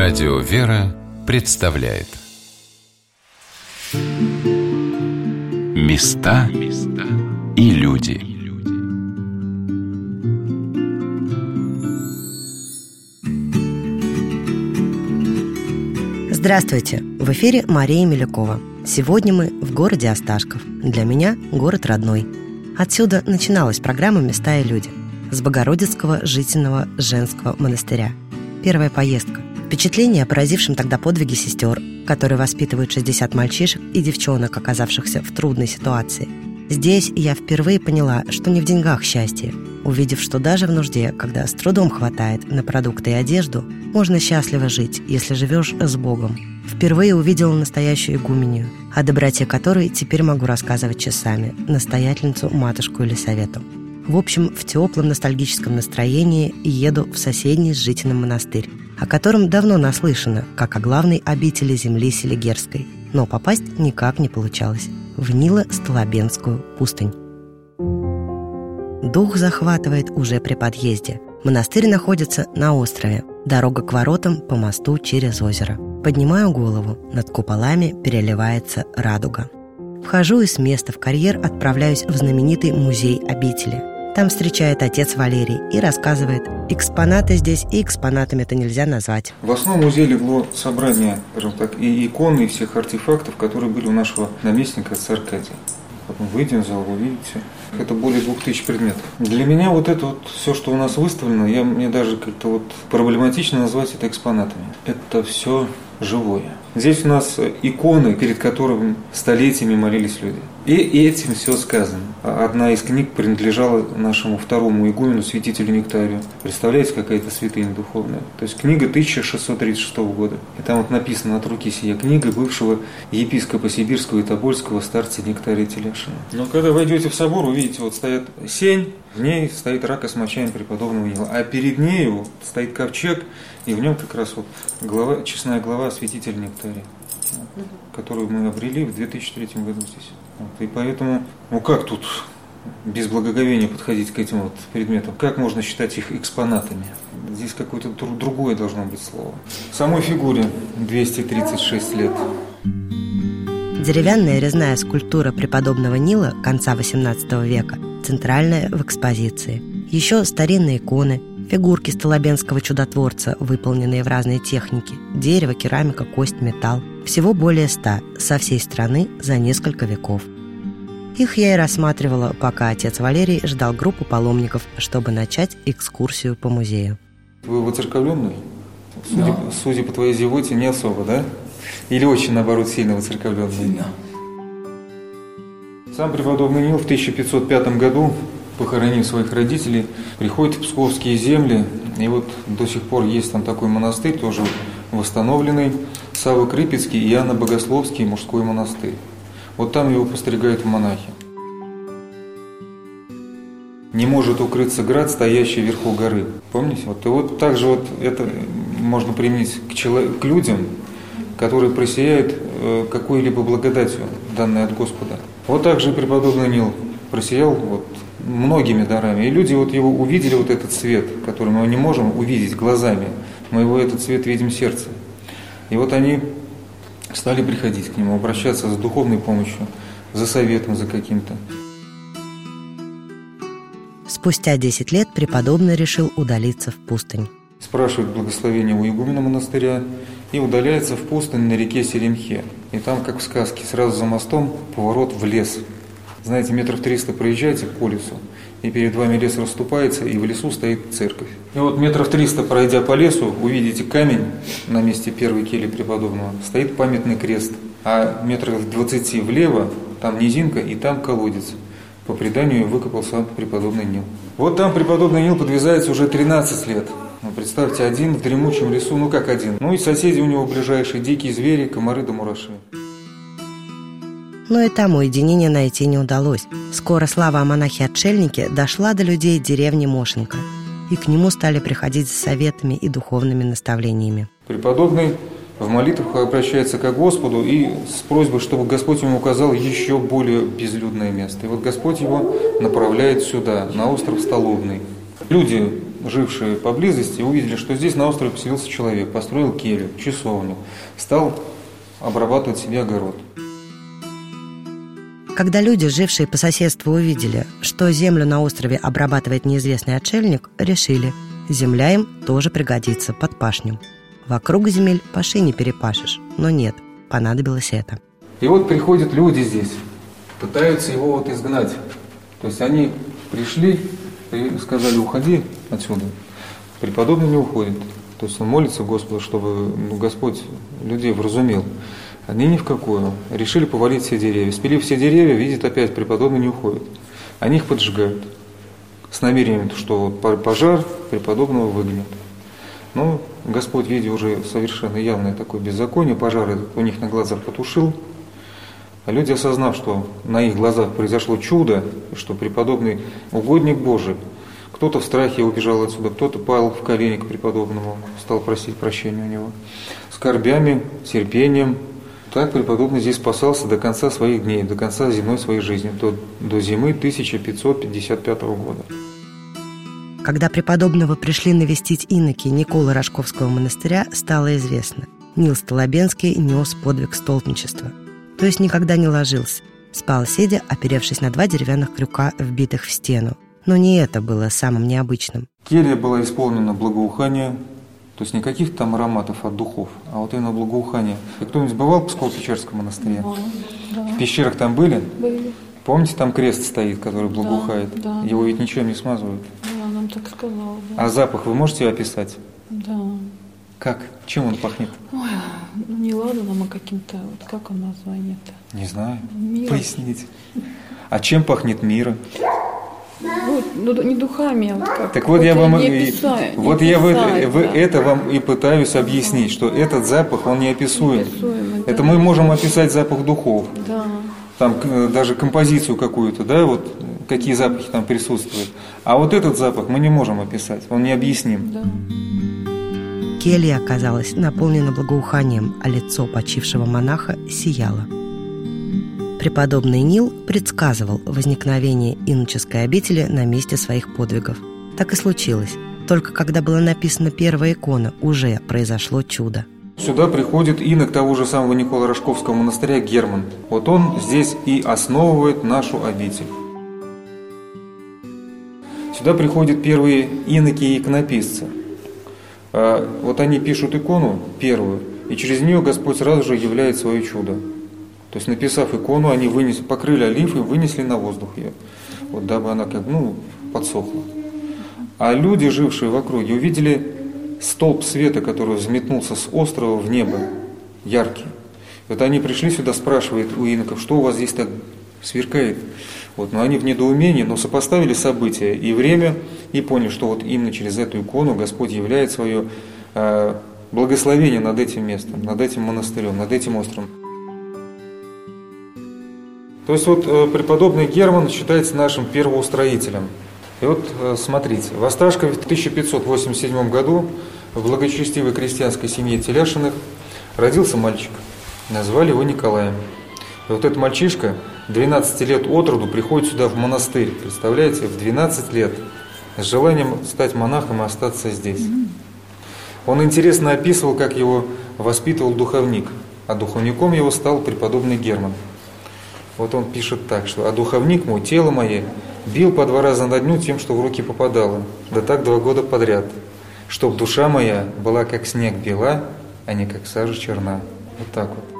Радио «Вера» представляет Места и люди. Здравствуйте! В эфире Мария Милюкова. Сегодня мы в городе Осташков. Для меня город родной. Отсюда начиналась программа «Места и люди» с Богородицкого жительного женского монастыря. Первая поездка. Впечатление о поразившем тогда подвиге сестер, которые воспитывают 60 мальчишек и девчонок, оказавшихся в трудной ситуации. Здесь я впервые поняла, что не в деньгах счастье, увидев, что даже в нужде, когда с трудом хватает на продукты и одежду, можно счастливо жить, если живешь с Богом. Впервые увидела настоящую игуменью, о доброте которой теперь могу рассказывать часами, настоятельницу матушку Елисавету. В общем, в теплом ностальгическом настроении еду в соседний с Житиным монастырь, о котором давно наслышано, как о главной обители земли Селигерской, но попасть никак не получалось в Нило-Столобенскую пустынь. Дух захватывает уже при подъезде. Монастырь находится на острове. Дорога к воротам по мосту через озеро. Поднимаю голову, над куполами переливается радуга. Вхожу и с места в карьер отправляюсь в знаменитый музей обители. Там встречает отец Валерий и рассказывает: экспонаты здесь и экспонатами это нельзя назвать. В основу музея легло собрание, скажем так, и икон, и всех артефактов, которые были у нашего наместника отца Аркадия. Потом выйдем в зал, вы увидите. Это более 2000 предметов. Для меня вот это вот все, что у нас выставлено, мне даже как-то вот проблематично назвать это экспонатами. Это все живое. Здесь у нас иконы, перед которыми столетиями молились люди. И этим все сказано. Одна из книг принадлежала нашему второму игумену, святителю Нектарию. Представляете, какая-то святыня духовная. То есть книга 1636 года. И там вот написано от руки сия книга бывшего епископа Сибирского и Тобольского старца Нектария Теляшина. Но когда войдете в собор, увидите, вот стоит сень, в ней стоит рака с мочами преподобного Нила. А перед нею стоит ковчег, и в нем как раз вот глава, честная глава святителя Нектария, которую мы обрели в 2003 году здесь. И поэтому, как тут без благоговения подходить к этим вот предметам? Как можно считать их экспонатами? Здесь какое-то другое должно быть слово. Самой фигуре 236 лет. Деревянная резная скульптура преподобного Нила конца XVIII века, центральная в экспозиции. Еще старинные иконы, фигурки столобенского чудотворца, выполненные в разной технике: дерево, керамика, кость, металл. Всего более 100 со всей страны за несколько веков. Их я и рассматривала, пока отец Валерий ждал группу паломников, чтобы начать экскурсию по музею. Вы воцерковленный? Судя по твоей зевоте, не особо, да? Или очень, наоборот, сильно воцерковленный? Сильно. Сам преподобный Нил в 1505 году, похоронив своих родителей, приходит в Псковские земли, и вот до сих пор есть там такой монастырь, тоже восстановленный, Савво-Крыпецкий и Иоанно-Богословский мужской монастырь. Вот там его постригают в монахи. Не может укрыться град, стоящий вверху горы. Помните? И вот так же вот это можно применить к людям, которые просияют какой-либо благодатью, данной от Господа. Вот так же преподобный Нил просиял многими дарами. И люди его увидели, этот свет, который мы не можем увидеть глазами. Мы этот свет видим сердцем. И они стали приходить к нему, обращаться за духовной помощью, за советом, за каким-то. Спустя 10 лет преподобный решил удалиться в пустынь. Спрашивает благословение у игумена монастыря и удаляется в пустынь на реке Серемхе. И там, как в сказке, сразу за мостом поворот в лес. Знаете, 300 проезжаете по лесу, и перед вами лес расступается, и в лесу стоит церковь. И 300 пройдя по лесу, увидите камень на месте первой кельи преподобного, стоит памятный крест, а 20 влево, там низинка, и там колодец. По преданию выкопал сам преподобный Нил. Там преподобный Нил подвязается уже 13 лет. Представьте, один в дремучем лесу, как один. И соседи у него ближайшие, дикие звери, комары да мураши. Но и там уединения найти не удалось. Скоро слава о монахе-отшельнике дошла до людей деревни Мошенко, и к нему стали приходить за советами и духовными наставлениями. Преподобный в молитвах обращается к Господу и с просьбой, чтобы Господь ему указал еще более безлюдное место. И Господь его направляет сюда, на остров Столобный. Люди жившие поблизости, увидели, что здесь на острове поселился человек, построил келью, часовню, стал обрабатывать себе огород. Когда люди, жившие по соседству, увидели, что землю на острове обрабатывает неизвестный отшельник, решили, земля им тоже пригодится под пашню. Вокруг земель паши не перепашешь, но нет, понадобилось это. И вот приходят люди здесь, пытаются его вот изгнать. То есть они пришли и сказали: уходи отсюда. Преподобный не уходит. То есть он молится Господу, чтобы Господь людей вразумил. Они ни в какую. Решили повалить все деревья. Спилив все деревья, видят опять, преподобный не уходит. Они их поджигают. С намерением, что пожар преподобного выгонят. Но Господь, видя уже совершенно явное такое беззаконие, пожар у них на глазах потушил. А люди, осознав, что на их глазах произошло чудо, что преподобный угодник Божий, кто-то в страхе убежал отсюда, кто-то пал в колени к преподобному, стал просить прощения у него. Скорбями, терпением. Так преподобный здесь спасался до конца своих дней, до конца земной своей жизни, до зимы 1555 года. Когда преподобного пришли навестить иноки Николы Рожковского монастыря, стало известно: Нил Столобенский нес подвиг столпничества. То есть никогда не ложился, спал сидя, оперевшись на 2 деревянных крюка, вбитых в стену. Но не это было самым необычным. Келья была исполнена благоухания, то есть никаких там ароматов от духов, а вот именно благоухание. Кто-нибудь бывал в Псково-Печерском монастыре? Да. В пещерах там были? Были. Помните, там крест стоит, который благоухает? Да. Его ведь ничем не смазывают. Да, нам так сказала. Да. А запах вы можете описать? Да. Как? Чем он пахнет? Ой, ну не ладаном, а каким-то, вот как он название-то? Не знаю. Мира. Поясните. А чем пахнет мира? Ну, не духами, а вот как. Так вот я вам да. это вам и пытаюсь объяснить, что этот запах, он неописуем. Это да. мы можем описать запах духов. Да. Там даже композицию какую-то, да, вот какие запахи там присутствуют. А вот этот запах мы не можем описать, он необъясним. Да. Келья оказалась наполнена благоуханием, а лицо почившего монаха сияло. Преподобный Нил предсказывал возникновение иноческой обители на месте своих подвигов. Так и случилось. Только когда была написана первая икона, уже произошло чудо. Сюда приходит инок того же самого Николы Рожковского монастыря Герман. Вот он здесь и основывает нашу обитель. Сюда приходят первые иноки и иконописцы. Вот они пишут икону первую, и через нее Господь сразу же являет свое чудо. То есть, написав икону, они покрыли олиф и вынесли на воздух ее, вот, дабы она подсохла. А люди, жившие в округе, увидели столб света, который взметнулся с острова в небо, яркий. Вот они пришли сюда, спрашивают у иноков, что у вас здесь так сверкает. Вот, но они в недоумении, но сопоставили события и время, и поняли, что вот именно через эту икону Господь являет свое благословение над этим местом, над этим монастырем, над этим островом. То есть вот преподобный Герман считается нашим первоустроителем. И вот смотрите, в Осташкове в 1587 году в благочестивой крестьянской семье Теляшиных родился мальчик. Назвали его Николаем. И вот этот мальчишка 12 лет от роду приходит сюда в монастырь. Представляете, в 12 лет. С желанием стать монахом и остаться здесь. Он интересно описывал, как его воспитывал духовник. А духовником его стал преподобный Герман. Вот он пишет так, что «А духовник мой, тело мое, бил по 2 раза на дню тем, что в руки попадало, да так 2 года подряд, чтоб душа моя была как снег бела, а не как сажа черна». Вот так вот.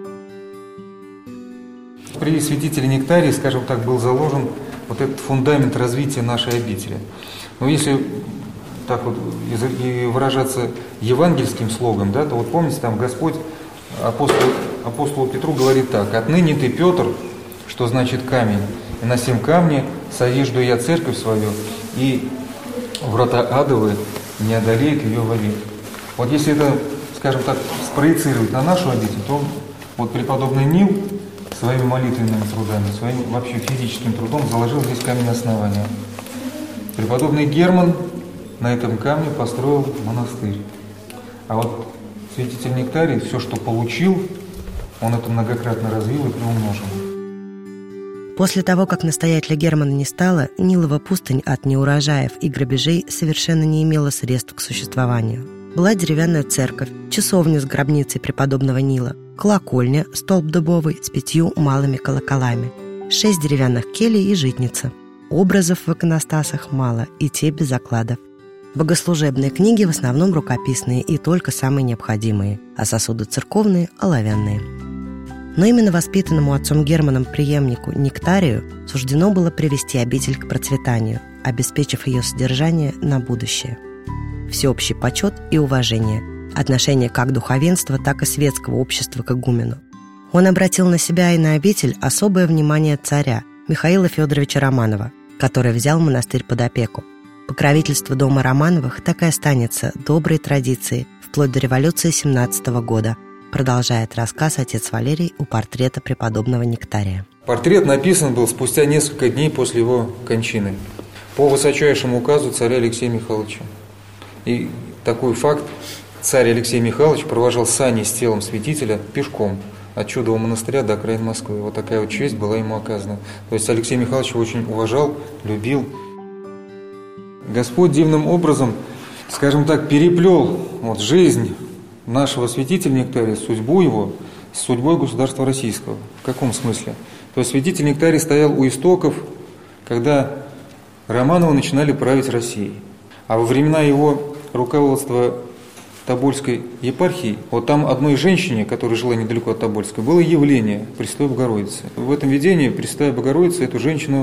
При святителе Нектарии, скажем так, был заложен вот этот фундамент развития нашей обители. Но если так вот и выражаться евангельским слогом, да, то вот помните, там Господь апостолу Петру говорит так: «Отныне ты, Петр, что значит камень, и на сем камне созижду я церковь свою, и врата адовы не одолеют ее вовек». Вот если это, скажем так, спроецировать на нашу обитель, то вот преподобный Нил своими молитвенными трудами, своим вообще физическим трудом заложил здесь камень основания. Преподобный Герман на этом камне построил монастырь. А вот святитель Нектарий все, что получил, он это многократно развил и приумножил. После того, как настоятеля Германа не стало, Нилова пустынь от неурожаев и грабежей совершенно не имела средств к существованию. Была деревянная церковь, часовня с гробницей преподобного Нила, колокольня, столб дубовый с 5 малыми колоколами, 6 деревянных келей и житница. Образов в иконостасах мало, и те без окладов. Богослужебные книги в основном рукописные и только самые необходимые, а сосуды церковные – оловянные. Но именно воспитанному отцом Германом преемнику Нектарию суждено было привести обитель к процветанию, обеспечив ее содержание на будущее. Всеобщий почет и уважение, отношение как духовенства, так и светского общества к игумену. Он обратил на себя и на обитель особое внимание царя Михаила Федоровича Романова, который взял монастырь под опеку. Покровительство дома Романовых так и останется доброй традицией вплоть до революции 17 года, продолжает рассказ отец Валерий у портрета преподобного Нектария. Портрет написан был спустя несколько дней после его кончины по высочайшему указу царя Алексея Михайловича. И такой факт: царь Алексей Михайлович провожал сани с телом святителя пешком от Чудового монастыря до окраин Москвы. Вот такая вот честь была ему оказана. То есть Алексей Михайлович его очень уважал, любил. Господь дивным образом, скажем так, переплел жизнь нашего святителя Нектария, судьбу его с судьбой государства российского. В каком смысле? То есть святитель Нектарий стоял у истоков, когда Романовы начинали править Россией. А во времена его руководства Тобольской епархии, вот там одной женщине, которая жила недалеко от Тобольска, было явление Пресвятой Богородицы. В этом видении Пресвятая Богородица эту женщину,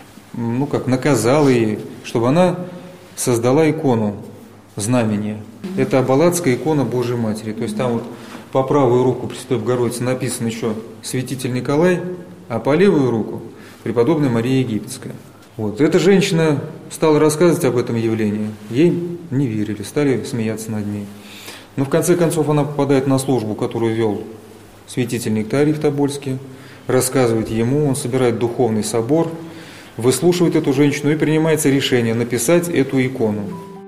наказала ей, чтобы она создала икону знамения. Это Аббалатская икона Божией Матери. То есть там вот по правую руку Пресвятой Богородицы написано еще святитель Николай, а по левую руку преподобная Мария Египетская. Вот. Эта женщина стала рассказывать об этом явлении. Ей не верили, стали смеяться над ней. Но в конце концов она попадает на службу, которую вел святитель Нектарий в Тобольске, рассказывает ему, он собирает духовный собор, выслушивает эту женщину и принимается решение написать эту икону.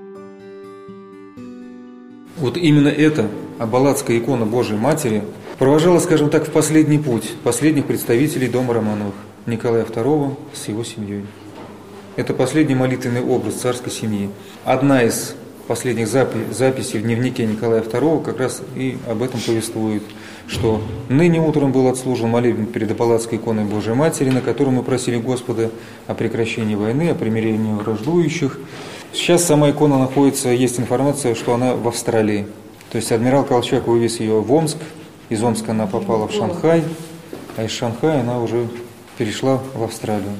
Вот именно эта Аббалатская икона Божией Матери провожала, скажем так, в последний путь последних представителей дома Романовых, Николая II с его семьей. Это последний молитвенный образ царской семьи. Одна из последних записей в дневнике Николая II как раз и об этом повествует, что ныне утром был отслужен молебен перед Аббалатской иконой Божией Матери, на котором мы просили Господа о прекращении войны, о примирении враждующих. Сейчас сама икона находится, есть информация, что она в Австралии. То есть адмирал Колчак вывез ее в Омск, из Омска она попала в Шанхай, а из Шанхая она уже перешла в Австралию.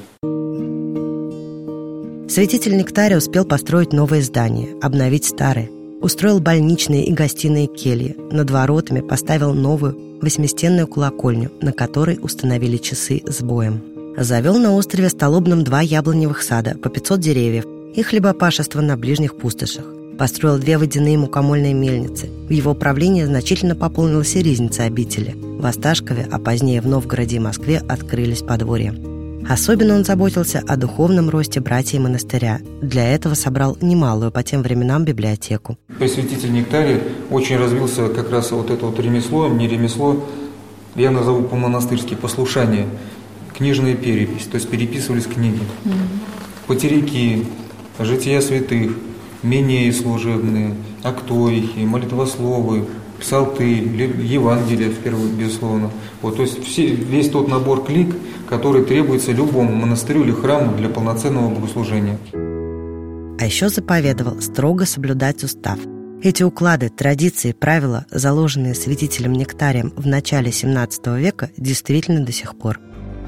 Святитель Нектарий успел построить новые здания, обновить старые, устроил больничные и гостиные кельи, над воротами поставил новую восьмистенную колокольню, на которой установили часы с боем. Завел на острове Столобном 2 яблоневых сада, по 500 деревьев и хлебопашество на ближних пустошах. Построил 2 водяные мукомольные мельницы. В его правлении значительно пополнилась и ризница обители. В Осташкове, а позднее в Новгороде и Москве открылись подворья. Особенно он заботился о духовном росте братьев монастыря. Для этого собрал немалую по тем временам библиотеку. Святитель Нектарий очень развился как раз вот это вот ремесло, не ремесло, я назову по-монастырски послушание, книжная перепись, то есть переписывались книги. Потеряки, жития святых, менеи служебные, актоихи, молитвословы, псалты, Евангелия, безусловно. Вот, то есть весь тот набор книг, который требуется любому монастырю или храму для полноценного богослужения. А еще заповедовал строго соблюдать устав. Эти уклады, традиции, правила, заложенные святителем Нектарием в начале XVII века, действительно до сих пор.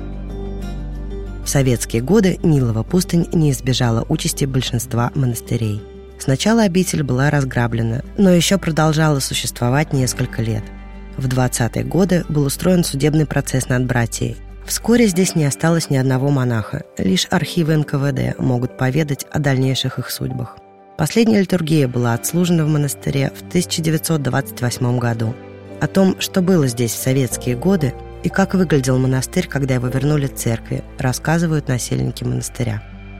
В советские годы Нилова пустынь не избежала участи большинства монастырей. Сначала обитель была разграблена, но еще продолжала существовать несколько лет. В 20-е годы был устроен судебный процесс над братьей. Вскоре здесь не осталось ни одного монаха, лишь архивы НКВД могут поведать о дальнейших их судьбах. Последняя литургия была отслужена в монастыре в 1928 году. О том, что было здесь в советские годы и как выглядел монастырь, когда его вернули церкви, рассказывают насельники монастыря.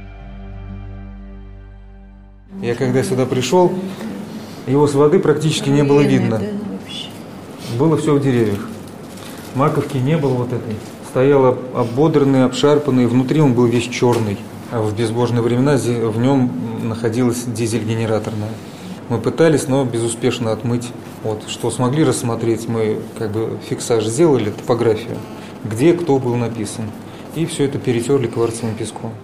Я когда сюда пришел, его с воды практически не было видно. Было все в деревьях. Маковки не было вот этой стоял ободранный, обшарпанный, внутри он был весь черный. А в безбожные времена в нем находилась дизель-генераторная. Мы пытались, но безуспешно отмыть. Вот, что смогли рассмотреть, мы как бы фиксаж сделали, топографию, где кто был написан. И все это перетерли кварцевым песком.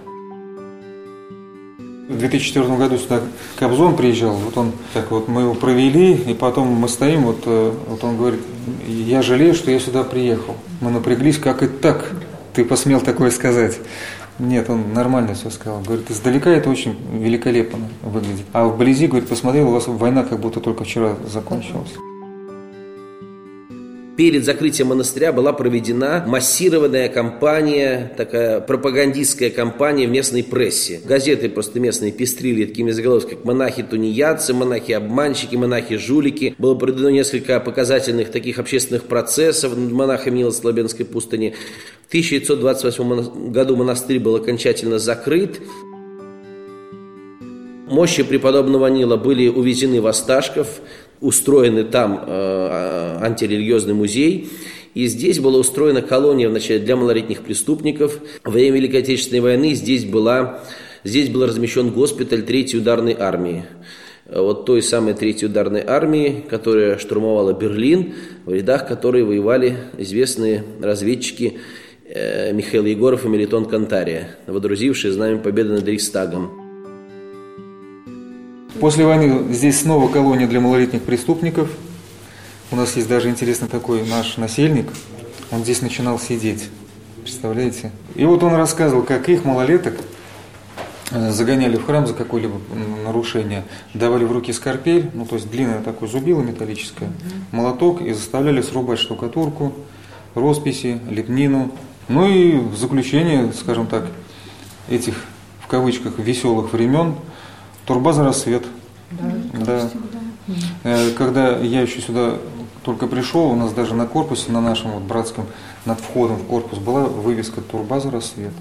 В 2004 году сюда Кобзон приезжал, вот он так вот, мы его провели, и потом мы стоим, вот он говорит: я жалею, что я сюда приехал. Мы напряглись, как и так ты посмел такое сказать? Нет, он нормально все сказал. Говорит, издалека это очень великолепно выглядит. А вблизи, говорит, посмотрел, у вас война как будто только вчера закончилась. Перед закрытием монастыря была проведена массированная кампания, такая пропагандистская кампания в местной прессе. Газеты просто местные пестрили такими заголовками, как «Монахи-тунеядцы», «Монахи-обманщики», «Монахи-жулики». Было проведено несколько показательных таких общественных процессов над монахами Нило-Слабенской пустыни. В 1928 году монастырь был окончательно закрыт. Мощи преподобного Нила были увезены в Осташков, устроены там антирелигиозный музей. И здесь была устроена колония вначале для малолетних преступников. Во время Великой Отечественной войны здесь был размещен госпиталь 3-й ударной армии. Вот той самой 3-й ударной армии, которая штурмовала Берлин, в рядах которой воевали известные разведчики Михаил Егоров и Мелитон Кантария, водрузившие знамя победы над Рейхстагом. После войны здесь снова колония для малолетних преступников. У нас есть даже интересный такой наш насельник. Он здесь начинал сидеть. Представляете? И вот он рассказывал, как их малолеток загоняли в храм за какое-либо нарушение, давали в руки скальпель, ну то есть длинное такое зубило металлическое, молоток, и заставляли срубать штукатурку, росписи, лепнину. Ну и в заключение, скажем так, этих в кавычках веселых времен, турбаза «Рассвет». Да. Когда я еще сюда только пришел, у нас даже на корпусе, на нашем вот братском, над входом в корпус была вывеска «Турбаза «Рассвет».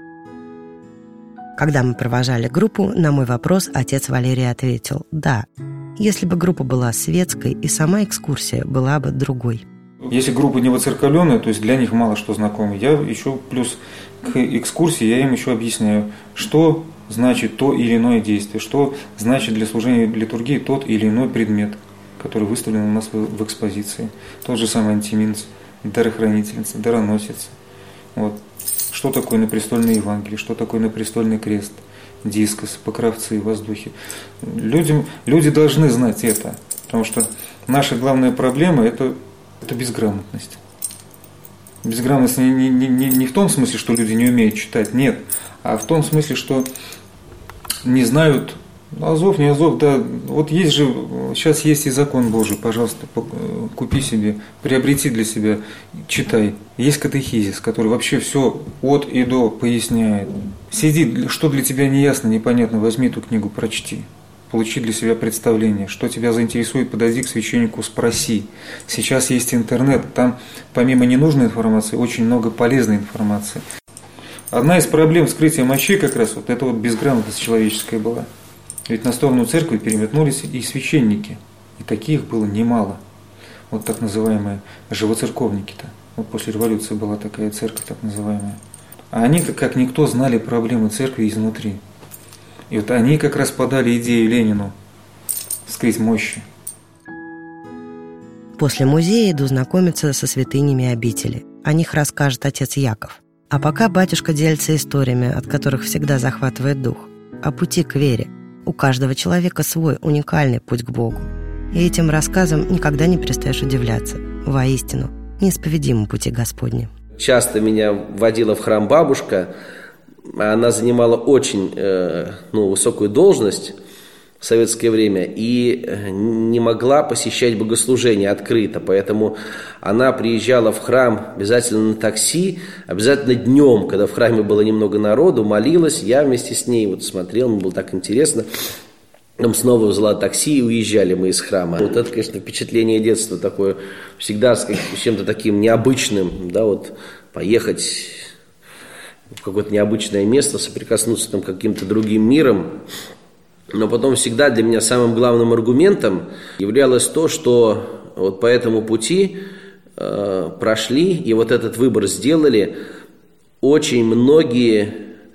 Когда мы провожали группу, на мой вопрос отец Валерий ответил: да, если бы группа была светской, и сама экскурсия была бы другой. Если группа не воцерковленная, то есть для них мало что знакомо, я еще плюс к экскурсии я им еще объясняю, что значит то или иное действие, что значит для служения литургии тот или иной предмет, который выставлен у нас в экспозиции. Тот же самый антиминц, дарохранительница, дароносец. Вот. Что такое напрестольное Евангелие, что такое напрестольный крест, дискос, покровцы, воздухи. Люди должны знать это, потому что наша главная проблема – это безграмотность. Безграмотность не в том смысле, что люди не умеют читать, нет, а в том смысле, что не знают, азов, не азов, да, вот есть же, сейчас есть и закон Божий, пожалуйста, купи себе, приобрети для себя, читай. Есть катехизис, который вообще все от и до поясняет. Сиди, что для тебя не ясно, непонятно, возьми эту книгу, прочти. Получи для себя представление, что тебя заинтересует, подойди к священнику, спроси. Сейчас есть интернет, там помимо ненужной информации очень много полезной информации. Одна из проблем вскрытия мощей как раз вот эта вот безграмотность человеческая была. Ведь на сторону церкви переметнулись и священники, и таких было немало. Вот так называемые живоцерковники-то. Вот после революции была такая церковь так называемая. А они, как никто, знали проблемы церкви изнутри. И вот они как раз подали идею Ленину вскрыть мощи. После музея иду знакомиться со святынями обители. О них расскажет отец Яков. А пока батюшка делится историями, от которых всегда захватывает дух. О пути к вере. У каждого человека свой уникальный путь к Богу. И этим рассказам никогда не перестаешь удивляться. Воистину, неисповедимы пути Господни. Часто меня водила в храм бабушка. Она занимала очень высокую должность в советское время и не могла посещать богослужения открыто. Поэтому она приезжала в храм обязательно на такси, обязательно днем, когда в храме было немного народу, молилась. Я вместе с ней вот смотрел, мне было так интересно. Потом снова взяла такси и уезжали мы из храма. Вот это, конечно, впечатление детства такое, всегда с чем-то таким необычным, да, вот поехать в какое-то необычное место, соприкоснуться там каким-то другим миром. Но потом всегда для меня самым главным аргументом являлось то, что вот по этому пути прошли и вот этот выбор сделали очень многие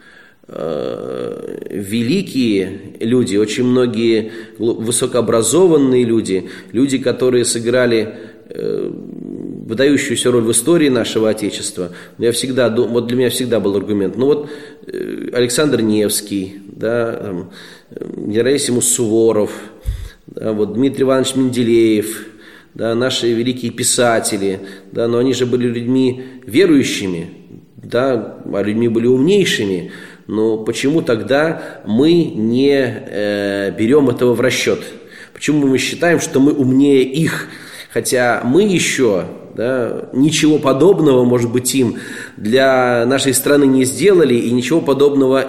великие люди, очень многие высокообразованные люди, люди, которые сыграли выдающуюся роль в истории нашего Отечества. Я всегда, вот для меня всегда был аргумент. Ну вот Александр Невский, да, Герасимус Суворов, да, вот Дмитрий Иванович Менделеев, да, наши великие писатели, да, но они же были людьми верующими, да, а людьми были умнейшими. Но почему тогда мы не берем этого в расчет? Почему мы считаем, что мы умнее их? Хотя мы еще, да, ничего подобного, может быть, им для нашей страны не сделали, и ничего подобного,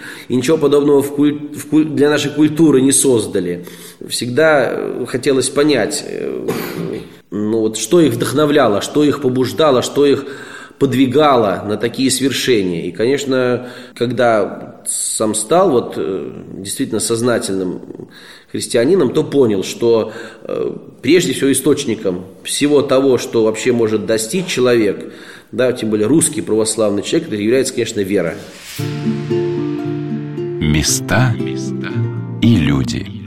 для нашей культуры не создали. Всегда хотелось понять, ну, вот, что их вдохновляло, что их побуждало, что их подвигало на такие свершения. И, конечно, когда сам стал вот действительно сознательным христианином, то понял, что прежде всего источником всего того, что вообще может достичь человек, да, тем более русский православный человек, это является, конечно, вера. Места и люди.